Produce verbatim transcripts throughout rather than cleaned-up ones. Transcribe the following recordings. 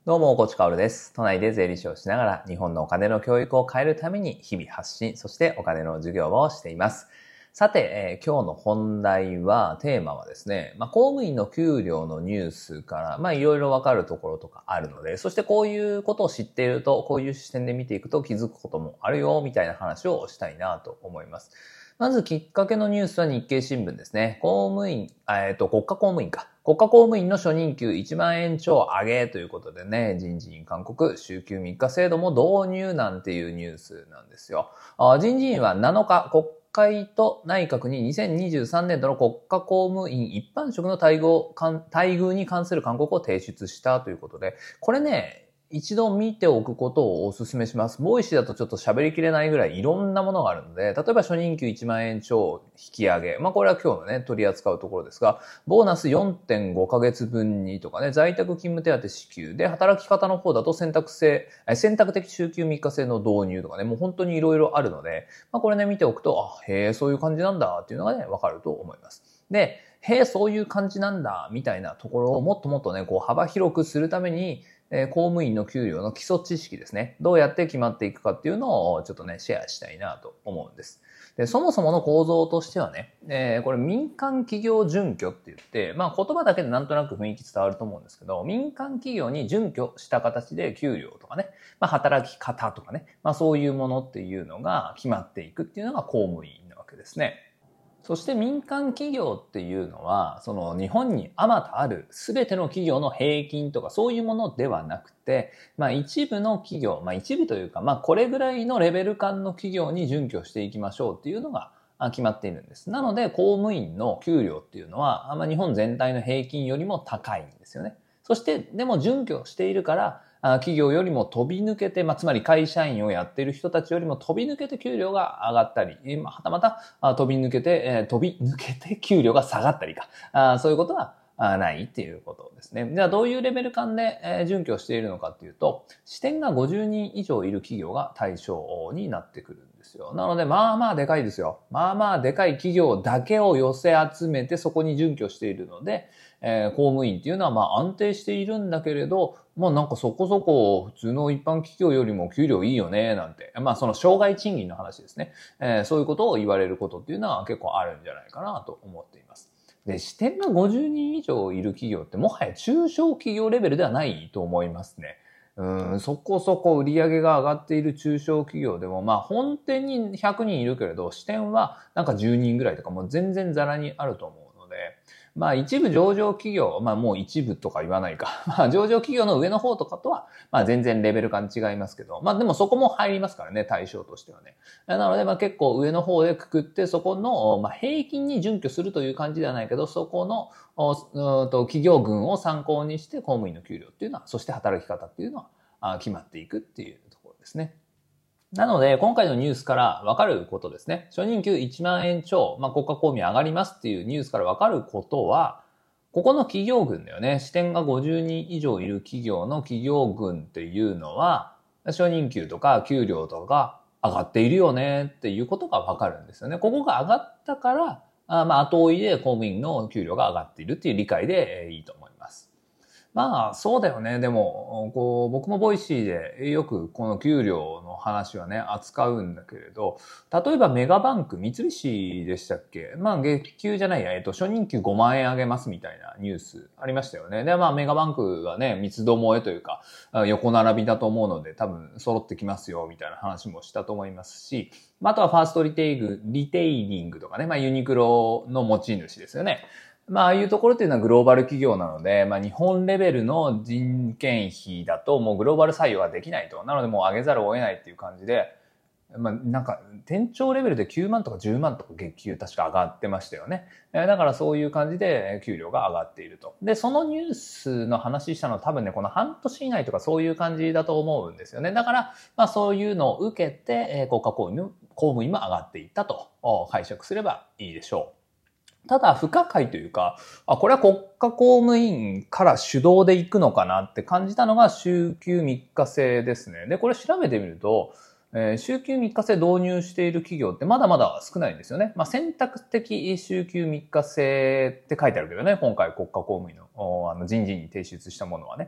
どうも、コチカオルです。都内で税理士をしながら日本のお金の教育を変えるために日々発信、そしてお金の授業をしています。さて、えー、今日の本題は、テーマはですね、まあ、公務員の給料のニュースから、まあ、いろいろわかるところとかあるので、そしてこういうことを知っていると、こういう視点で見ていくと気づくこともあるよ、みたいな話をしたいなと思います。まずきっかけのニュースは日経新聞ですね。公務員、えっと、国家公務員か。国家公務員の初任給いちまんえん超上げということでね、人事院勧告、週休みっか制度も導入なんていうニュースなんですよ。あ、人事院はなのか、国会と内閣ににせんにじゅうさんねん度の国家公務員一般職の待遇待遇に関する勧告を提出したということで、これね、一度見ておくことをお勧めします。ボイシーだとちょっと喋りきれないぐらいいろんなものがあるので、例えば初任給いちまんえん超引き上げ。まあこれは今日のね、取り扱うところですが、ボーナス よんてんご ヶ月分にとかね、在宅勤務手当支給で、働き方の方だと選択制、選択的週休みっか制の導入とかね、もう本当にいろいろあるので、まあこれね、見ておくと、あ、へえ、そういう感じなんだっていうのがね、わかると思います。で、へえ、そういう感じなんだ、みたいなところをもっともっとね、こう幅広くするために、えー、公務員の給料の基礎知識ですね。どうやって決まっていくかっていうのをちょっとね、シェアしたいなと思うんです。で、そもそもの構造としてはね、えー、これ民間企業準拠って言って、まあ言葉だけでなんとなく雰囲気伝わると思うんですけど、民間企業に準拠した形で給料とかね、まあ働き方とかね、まあそういうものっていうのが決まっていくっていうのが公務員なわけですね。そして民間企業っていうのは、その日本にあまたある全ての企業の平均とかそういうものではなくて、まあ一部の企業、まあ一部というか、まあこれぐらいのレベル感の企業に準拠していきましょうっていうのが決まっているんです。なので公務員の給料っていうのは、まあ日本全体の平均よりも高いんですよね。そしてでも準拠しているから、企業よりも飛び抜けて、まあ、つまり会社員をやっている人たちよりも飛び抜けて給料が上がったり、はたまた飛び抜けて、えー、飛び抜けて給料が下がったりか、あそういうことはないっていうことですね。じゃあどういうレベル感で、えー、準拠しているのかっていうと、支店がごじゅうにん以上いる企業が対象になってくるんですよ。なので、まあまあでかいですよ。まあまあでかい企業だけを寄せ集めてそこに準拠しているので、えー、公務員っていうのはまあ安定しているんだけれど、まあなんかそこそこ普通の一般企業よりも給料いいよねなんて、まあその障害賃金の話ですね、えー、そういうことを言われることっていうのは結構あるんじゃないかなと思っています。で、支店がごじゅうにん以上いる企業ってもはや中小企業レベルではないと思いますね。うん、そこそこ売り上げが上がっている中小企業でも、まあ本店にひゃくにんいるけれど、支店はなんかじゅうにんぐらいとかもう全然ザラにあると思うので、まあ一部上場企業、まあもう一部とか言わないか。まあ上場企業の上の方とかとは、まあ全然レベル感違いますけど、まあでもそこも入りますからね、対象としてはね。なのでまあ結構上の方でくくって、そこの、まあ、平均に準拠するという感じではないけど、そこのと企業群を参考にして公務員の給料っていうのは、そして働き方っていうのは決まっていくっていうところですね。なので、今回のニュースから分かることですね。初任給いちまんえん超、まあ、国家公務員上がりますっていうニュースから分かることは、ここの企業群だよね。支店がごじゅうにん以上いる企業の企業群っていうのは、初任給とか給料とか上がっているよねっていうことが分かるんですよね。ここが上がったから、あまあ、後追いで公務員の給料が上がっているっていう理解でいいと思います。まあ、そうだよね。でも、こう、僕もボイシーでよくこの給料の話はね、扱うんだけれど、例えばメガバンク、三菱でしたっけ？まあ、月給じゃないや、えっと、初任給ごまんえん上げますみたいなニュースありましたよね。で、まあ、メガバンクはね、三つどもえというか、横並びだと思うので、多分揃ってきますよ、みたいな話もしたと思いますし、あとはファーストリテイグ、リテイリングとかね、まあ、ユニクロの持ち主ですよね。まあ、ああいうところっていうのはグローバル企業なので、まあ、日本レベルの人件費だともうグローバル採用ができないと。なのでもう上げざるを得ないっていう感じで、まあ、なんか、店長レベルできゅうまんとかじゅうまんとか月給確か上がってましたよね。だからそういう感じで給料が上がっていると。で、そのニュースの話したのは多分ね、この半年以内とかそういう感じだと思うんですよね。だから、まあそういうのを受けて、国家公務員、公務員も上がっていったと解釈すればいいでしょう。ただ不可解というか、あ、これは国家公務員から主導で行くのかなって感じたのが週休みっか制ですね。で、これ調べてみると、えー、週休みっか制導入している企業ってまだまだ少ないんですよね。まあ、選択的週休みっか制って書いてあるけどね、今回国家公務員のあの人事に提出したものはね。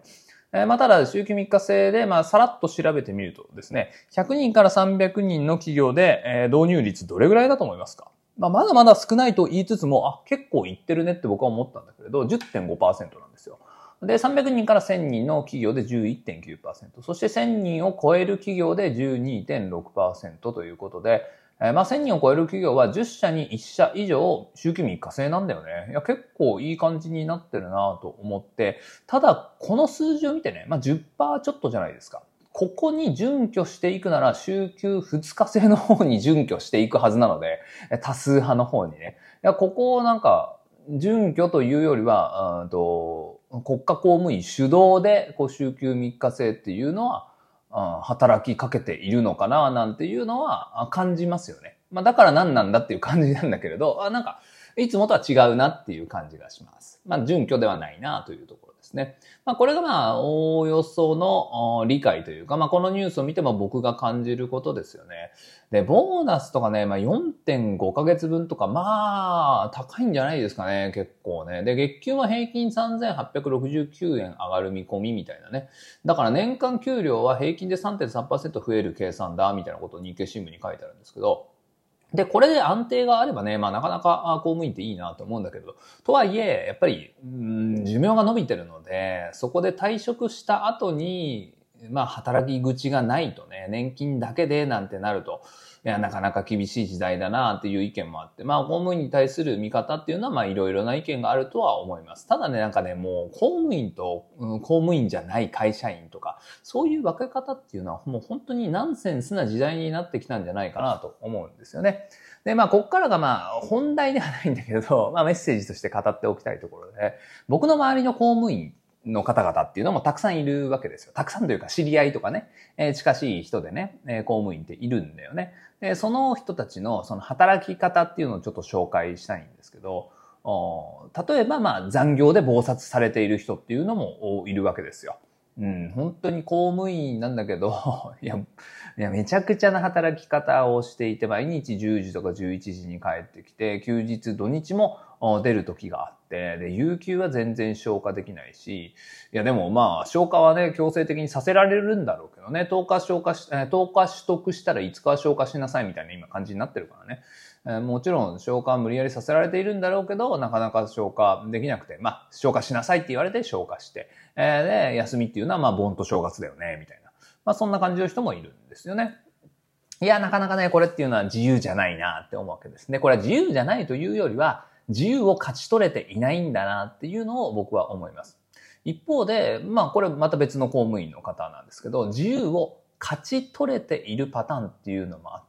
えー、まあ、ただ、週休みっか制で、まあ、さらっと調べてみるとですね、ひゃくにんからさんびゃくにんの企業で、えー、導入率どれぐらいだと思いますか？まあ、まだまだ少ないと言いつつも、あ、結構いってるねって僕は思ったんだけれど、じゅってんごパーセント なんですよ。で、さんびゃくにんからせんにんの企業で じゅういってんきゅうパーセント、そしてせんにんを超える企業で じゅうにてんろくパーセント ということで、えー、まあ、せんにんを超える企業はじゅっしゃにいっしゃ以上、週休みっか制なんだよね。いや、結構いい感じになってるなと思って、ただ、この数字を見てね、まあ、じゅっパーセント ちょっとじゃないですか。ここに準拠していくなら、週休ふつか制の方に準拠していくはずなので、多数派の方にね。いや、ここをなんか、準拠というよりは、うんと国家公務員主導で、こう、週休みっか制っていうのは、働きかけているのかななんていうのは感じますよね。まあだから何なんだっていう感じなんだけれど、あ、なんかいつもとは違うなっていう感じがします。まあ準拠ではないなというところですね。まあこれがまあおおよその理解というか、まあこのニュースを見ても僕が感じることですよね。で、ボーナスとかね、まあ よんてんごかげつぶんとか、まあ高いんじゃないですかね、結構ね。で、月給は平均さんぜんはっぴゃくろくじゅうきゅうえん上がる見込みみたいなね。だから年間給料は平均で さんてんさんパーセント 増える計算だ、みたいなことを日経新聞に書いてあるんですけど、で、これで安定があればね、まあなかなか公務員っていいなと思うんだけど、とはいえ、やっぱり、うん、寿命が伸びてるので、そこで退職した後に、まあ働き口がないとね、年金だけでなんてなると、いや、なかなか厳しい時代だなっていう意見もあって、まあ公務員に対する見方っていうのはまあいろいろな意見があるとは思います。ただね、なんかね、もう公務員と、うん、公務員じゃない会社員とか、そういう分け方っていうのはもう本当にナンセンスな時代になってきたんじゃないかなと思うんですよね。で、まあ、こっからがまあ、本題ではないんだけど、まあ、メッセージとして語っておきたいところで、僕の周りの公務員の方々っていうのもたくさんいるわけですよ。たくさんというか知り合いとかね、えー、近しい人でね、えー、公務員っているんだよね。で、その人たちのその働き方っていうのをちょっと紹介したいんですけど、例えばまあ残業で忙殺されている人っていうのもいるわけですよ。うん、本当に公務員なんだけど、いや、いや、めちゃくちゃな働き方をしていて、毎日じゅうじとかじゅういちじに帰ってきて、休日土日も出る時があって、で、有給は全然消化できないし、いや、でもまあ、消化はね、強制的にさせられるんだろうけどね、とおか消化し、とおか取得したらいつかは消化しなさいみたいな今感じになってるからね。もちろん消化は無理やりさせられているんだろうけど、なかなか消化できなくて、まあ、消化しなさいって言われて消化して、えー、で、休みっていうのはまあ、盆と正月だよね、みたいな。まあ、そんな感じの人もいるんですよね。いや、なかなかね、これっていうのは自由じゃないなって思うわけですね。これは自由じゃないというよりは、自由を勝ち取れていないんだなっていうのを僕は思います。一方で、まあ、これまた別の公務員の方なんですけど、自由を勝ち取れているパターンっていうのもあって、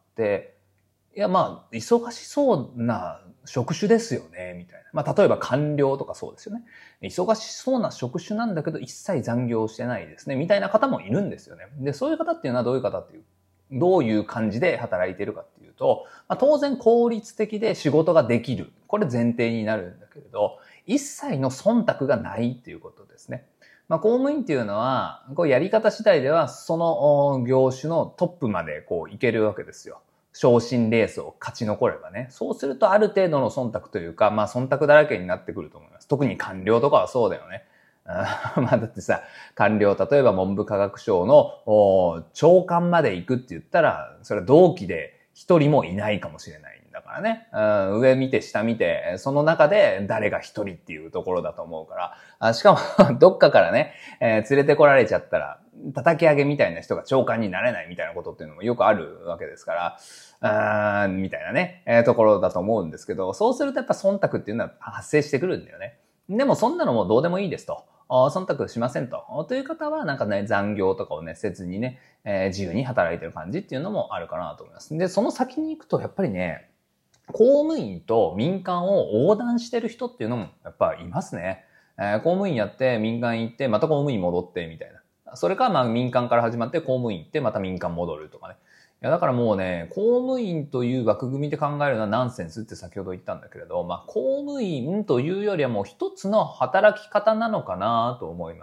いや、まあ、忙しそうな職種ですよね、みたいな。まあ、例えば官僚とかそうですよね。忙しそうな職種なんだけど、一切残業してないですね、みたいな方もいるんですよね。で、そういう方っていうのはどういう方っていう、どういう感じで働いているかっていうと、まあ、当然効率的で仕事ができる。これ前提になるんだけれど、一切の忖度がないっていうことですね。まあ、公務員っていうのは、こうやり方次第では、その業種のトップまでこういけるわけですよ。昇進レースを勝ち残ればね。そうするとある程度の忖度というか、まあ忖度だらけになってくると思います。特に官僚とかはそうだよね。まあだってさ、官僚、例えば文部科学省の長官まで行くって言ったら、それは同期で一人もいないかもしれないんだからね。うん、上見て下見て、その中で誰が一人っていうところだと思うから。あ、しかもどっかからね、えー、連れてこられちゃったら、叩き上げみたいな人が長官になれないみたいなことっていうのもよくあるわけですから、あーみたいなね、えー、ところだと思うんですけど、そうするとやっぱ忖度っていうのは発生してくるんだよね。でもそんなのもうどうでもいいですと。忖度しませんと。という方はなんかね、残業とかをね、せずにね、えー、自由に働いてる感じっていうのもあるかなと思います。で、その先に行くとやっぱりね、公務員と民間を横断してる人っていうのもやっぱいますね。えー、公務員やって民間行ってまた公務員戻ってみたいな。それかまあ民間から始まって公務員行ってまた民間戻るとかね。いやだからもうね、公務員という枠組みで考えるのはナンセンスって先ほど言ったんだけれど、まあ公務員というよりはもう一つの働き方なのかなと思います。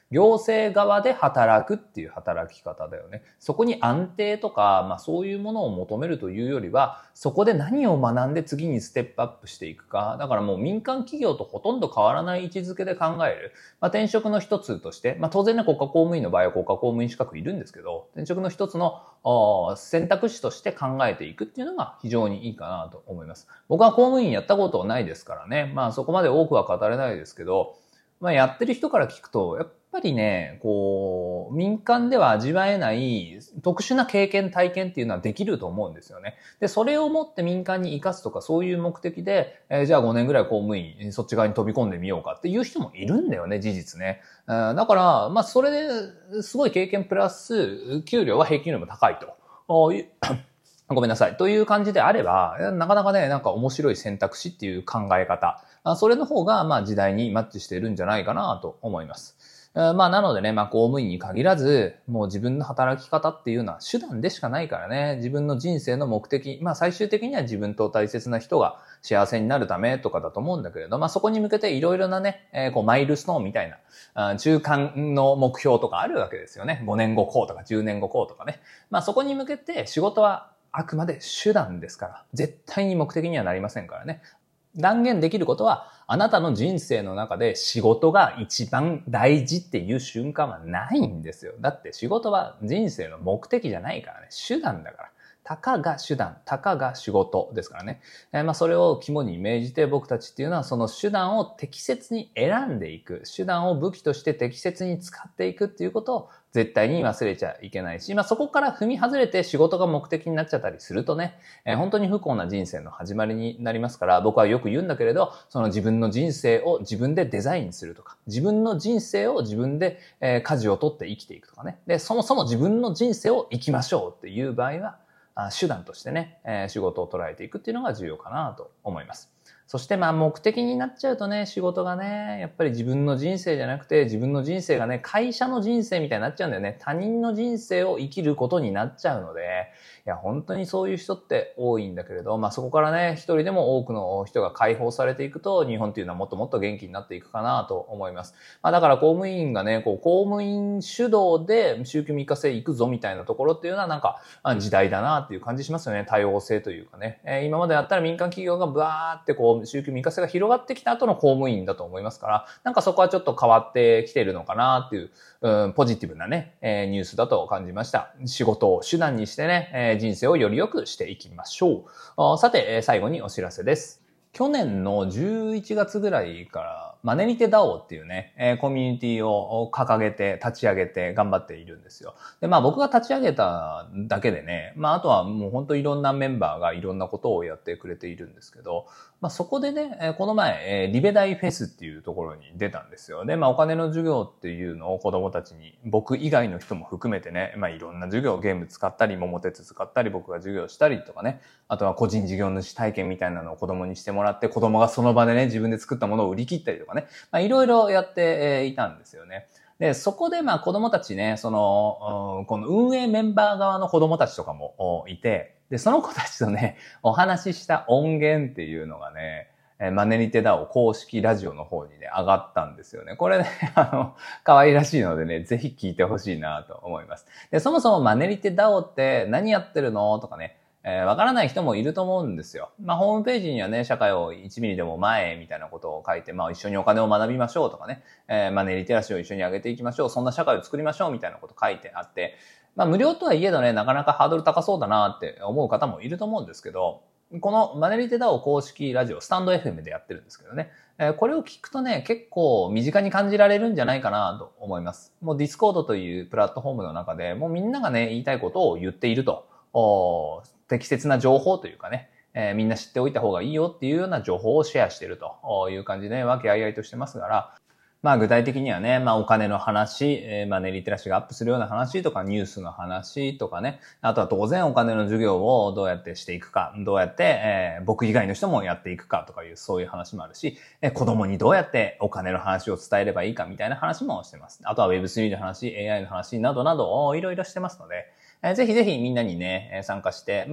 行政側で働くっていう働き方だよね。そこに安定とか、まあそういうものを求めるというよりは、そこで何を学んで次にステップアップしていくか。だからもう民間企業とほとんど変わらない位置づけで考える。まあ転職の一つとして、まあ当然ね国家公務員の場合は国家公務員資格いるんですけど、転職の一つの選択肢として考えていくっていうのが非常にいいかなと思います。僕は公務員やったことないですからね。まあそこまで多くは語れないですけど、まあやってる人から聞くと、やっぱりね、こう、民間では味わえない特殊な経験、体験っていうのはできると思うんですよね。で、それをもって民間に生かすとかそういう目的で、えー、じゃあごねんぐらい公務員、そっち側に飛び込んでみようかっていう人もいるんだよね、事実ね。だから、まあそれですごい経験プラス、給料は平均よりも高いと。ごめんなさい。という感じであれば、なかなかね、なんか面白い選択肢っていう考え方。それの方が、まあ時代にマッチしているんじゃないかなと思います。まあなのでね、まあ公務員に限らず、もう自分の働き方っていうのは手段でしかないからね、自分の人生の目的、まあ最終的には自分と大切な人が幸せになるためとかだと思うんだけれど、まあそこに向けていろいろなね、えー、こうマイルストーンみたいな、中間の目標とかあるわけですよね。ごねんごこうとかじゅうねんごこうとかね。まあそこに向けて仕事はあくまで手段ですから、絶対に目的にはなりませんからね。断言できることは、あなたの人生の中で仕事が一番大事っていう瞬間はないんですよ。だって仕事は人生の目的じゃないからね。手段だから。たかが手段、たかが仕事ですからね。えー、まあそれを肝に銘じて僕たちっていうのはその手段を適切に選んでいく。手段を武器として適切に使っていくっていうことを絶対に忘れちゃいけないし、まあそこから踏み外れて仕事が目的になっちゃったりするとね、えー、本当に不幸な人生の始まりになりますから、僕はよく言うんだけれど、その自分の人生を自分でデザインするとか、自分の人生を自分で、えー、舵を取って生きていくとかね。で、そもそも自分の人生を生きましょうっていう場合は、手段としてね、えー、仕事を捉えていくっていうのが重要かなと思います。そしてまあ目的になっちゃうとね、仕事がね、やっぱり自分の人生じゃなくて、自分の人生がね、会社の人生みたいになっちゃうんだよね。他人の人生を生きることになっちゃうので、いや、本当にそういう人って多いんだけれど、まあそこからね、一人でも多くの人が解放されていくと、日本っていうのはもっともっと元気になっていくかなと思います。まあだから公務員がね、こう公務員主導で週休みっか制行くぞみたいなところっていうのはなんか時代だなっていう感じしますよね。多様性というかね。えー、今までだったら民間企業がバーってこう週休みっか制が広がってきた後の公務員だと思いますから、なんかそこはちょっと変わってきているのかなっていう、うん、ポジティブなね、えー、ニュースだと感じました。仕事を手段にしてね、えー、人生をより良くしていきましょう。さて、えー、最後にお知らせです。去年のじゅういちがつぐらいから、マネリテダオっていうね、えー、コミュニティを掲げて、立ち上げて頑張っているんですよ。で、まあ僕が立ち上げただけでね、まああとはもう本当いろんなメンバーがいろんなことをやってくれているんですけど、まあそこでね、この前、リベダイフェスっていうところに出たんですよ。で、まあお金の授業っていうのを子供たちに、僕以外の人も含めてね、まあいろんな授業、ゲーム使ったり、桃鉄使ったり、僕が授業したりとかね、あとは個人事業主体験みたいなのを子供にしてもらって、子供がその場でね、自分で作ったものを売り切ったりとかね、まあいろいろやっていたんですよね。で、そこでまあ子供たちね、その、この運営メンバー側の子供たちとかもいて、で、その子たちとね、お話しした音源っていうのがね、マネリテダオ公式ラジオの方にね、上がったんですよね。これね、あの、可愛らしいのでね、ぜひ聞いてほしいなと思います。で、そもそもマネリテダオって何やってるのとかね、えー、わからない人もいると思うんですよ。まあ、ホームページにはね、社会をいちミリでも前みたいなことを書いて、まあ、一緒にお金を学びましょうとかね、えー、マネーリテラシーを一緒に上げていきましょう。そんな社会を作りましょうみたいなこと書いてあって、まあ、無料とはいえどね、なかなかハードル高そうだなって思う方もいると思うんですけど、このマネリテダオ公式ラジオ、スタンド エフエム でやってるんですけどね、えー、これを聞くとね、結構身近に感じられるんじゃないかなと思います。もう Discord というプラットフォームの中で、もうみんながね、言いたいことを言っていると。適切な情報というかね、えー、みんな知っておいた方がいいよっていうような情報をシェアしているという感じで、和気あいあいとしてますから、まあ具体的にはね、まあお金の話、えー、マネーリテラシーがアップするような話とか、ニュースの話とかね、あとは当然お金の授業をどうやってしていくか、どうやって、えー、僕以外の人もやっていくかとかいうそういう話もあるし、えー、子供にどうやってお金の話を伝えればいいかみたいな話もしてます。あとは ウェブスリー の話、エーアイ の話などなどいろいろしてますので、えー、ぜひぜひみんなにね、参加して、ま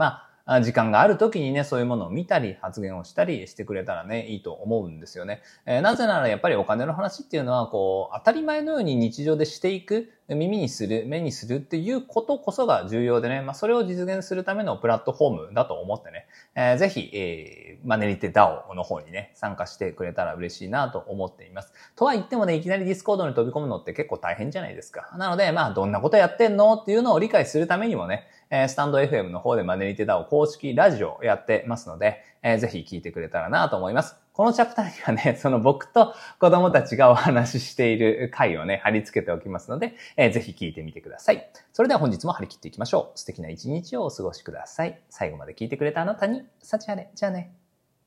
時間がある時にね、そういうものを見たり、発言をしたりしてくれたらね、いいと思うんですよね。えー、なぜならやっぱりお金の話っていうのは、こう、当たり前のように日常でしていく、耳にする、目にするっていうことこそが重要でね、まあ、それを実現するためのプラットフォームだと思ってね、えー、ぜひ、えー、マネリテ ダオ の方にね、参加してくれたら嬉しいなと思っています。とは言ってもね、いきなりディスコードに飛び込むのって結構大変じゃないですか。なので、まあ、どんなことやってんのっていうのを理解するためにもね、えー、スタンド エフエム の方でマネリテ ダオ 公式ラジオをやってますので、えー、ぜひ聞いてくれたらなと思います。このチャプターにはね、その僕と子供たちがお話ししている回をね、貼り付けておきますので、えー、ぜひ聞いてみてください。それでは本日も張り切っていきましょう。素敵な一日をお過ごしください。最後まで聞いてくれたあなたに、幸あれ。じゃあね。